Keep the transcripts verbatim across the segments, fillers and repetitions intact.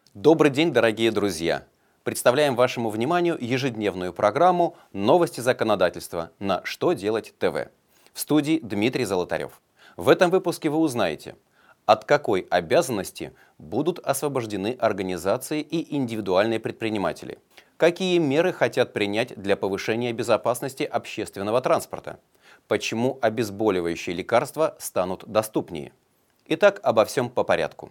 Добрый день, дорогие друзья! Представляем вашему вниманию ежедневную программу «Новости законодательства» на «Что делать ТВ». В студии Дмитрий Золотарев. В этом выпуске вы узнаете, от какой обязанности будут освобождены организации и индивидуальные предприниматели, какие меры хотят принять для повышения безопасности общественного транспорта, почему обезболивающие лекарства станут доступнее. Итак, обо всем по порядку.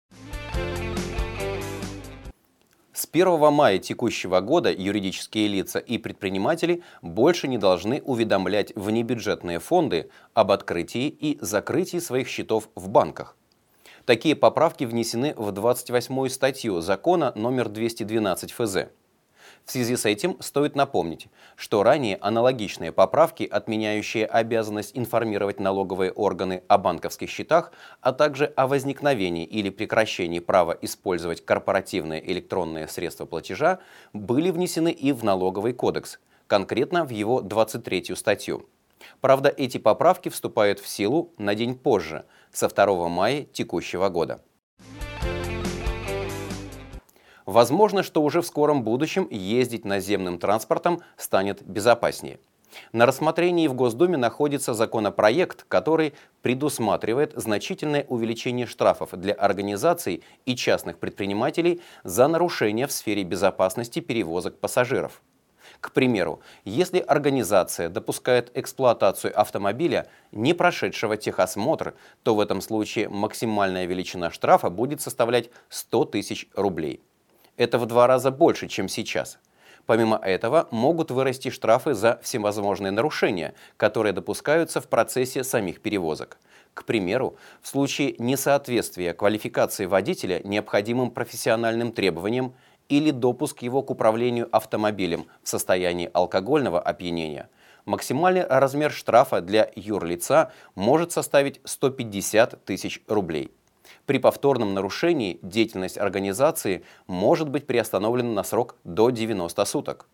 С первого мая текущего года юридические лица и предприниматели больше не должны уведомлять внебюджетные фонды об открытии и закрытии своих счетов в банках. Такие поправки внесены в двадцать восьмую статью закона номер двести двенадцать эф зэ. В связи с этим стоит напомнить, что ранее аналогичные поправки, отменяющие обязанность информировать налоговые органы о банковских счетах, а также о возникновении или прекращении права использовать корпоративные электронные средства платежа, были внесены и в Налоговый кодекс, конкретно в его двадцать третью статью. Правда, эти поправки вступают в силу на день позже, со второго мая текущего года. Возможно, что уже в скором будущем ездить наземным транспортом станет безопаснее. На рассмотрении в Госдуме находится законопроект, который предусматривает значительное увеличение штрафов для организаций и частных предпринимателей за нарушения в сфере безопасности перевозок пассажиров. К примеру, если организация допускает эксплуатацию автомобиля, не прошедшего техосмотр, то в этом случае максимальная величина штрафа будет составлять сто тысяч рублей. Это в два раза больше, чем сейчас. Помимо этого, могут вырасти штрафы за всевозможные нарушения, которые допускаются в процессе самих перевозок. К примеру, в случае несоответствия квалификации водителя необходимым профессиональным требованиям или допуск его к управлению автомобилем в состоянии алкогольного опьянения, максимальный размер штрафа для юрлица может составить сто пятьдесят тысяч рублей. При повторном нарушении деятельность организации может быть приостановлена на срок до девяноста суток.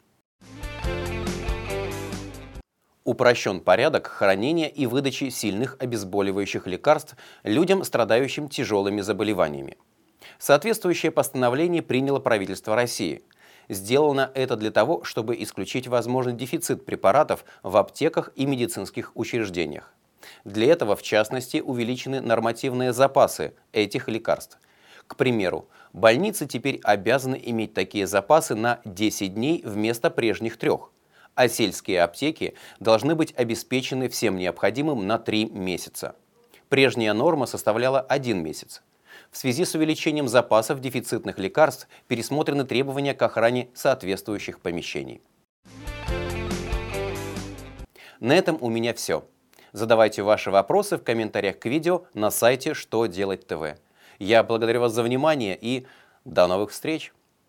Упрощен порядок хранения и выдачи сильных обезболивающих лекарств людям, страдающим тяжелыми заболеваниями. Соответствующее постановление приняло правительство России. Сделано это для того, чтобы исключить возможный дефицит препаратов в аптеках и медицинских учреждениях. Для этого, в частности, увеличены нормативные запасы этих лекарств. К примеру, больницы теперь обязаны иметь такие запасы на десять дней вместо прежних трех, а сельские аптеки должны быть обеспечены всем необходимым на три месяца. Прежняя норма составляла один месяц. В связи с увеличением запасов дефицитных лекарств пересмотрены требования к охране соответствующих помещений. На этом у меня все. Задавайте ваши вопросы в комментариях к видео на сайте «Что делать ТВ». Я благодарю вас за внимание и до новых встреч!